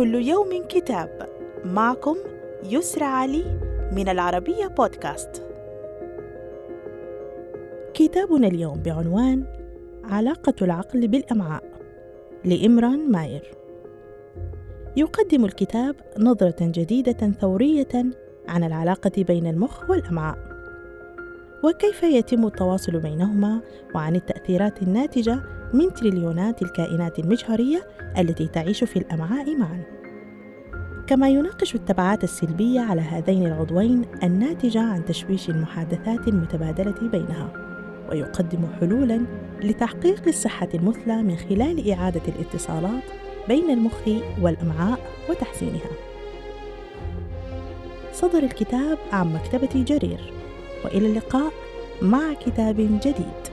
كل يوم كتاب. معكم يسرى علي من العربية بودكاست. كتابنا اليوم بعنوان علاقة العقل بالأمعاء لإمران ماير. يقدم الكتاب نظرة جديدة ثورية عن العلاقة بين المخ والأمعاء، وكيف يتم التواصل بينهما، وعن التأثيرات الناتجة من تريليونات الكائنات المجهرية التي تعيش في الأمعاء معاً. كما يناقش التبعات السلبية على هذين العضوين الناتجة عن تشويش المحادثات المتبادلة بينها، ويقدم حلولاً لتحقيق الصحة المثلى من خلال إعادة الاتصالات بين المخ والأمعاء وتحسينها. صدر الكتاب عن مكتبة جرير، وإلى اللقاء مع كتاب جديد.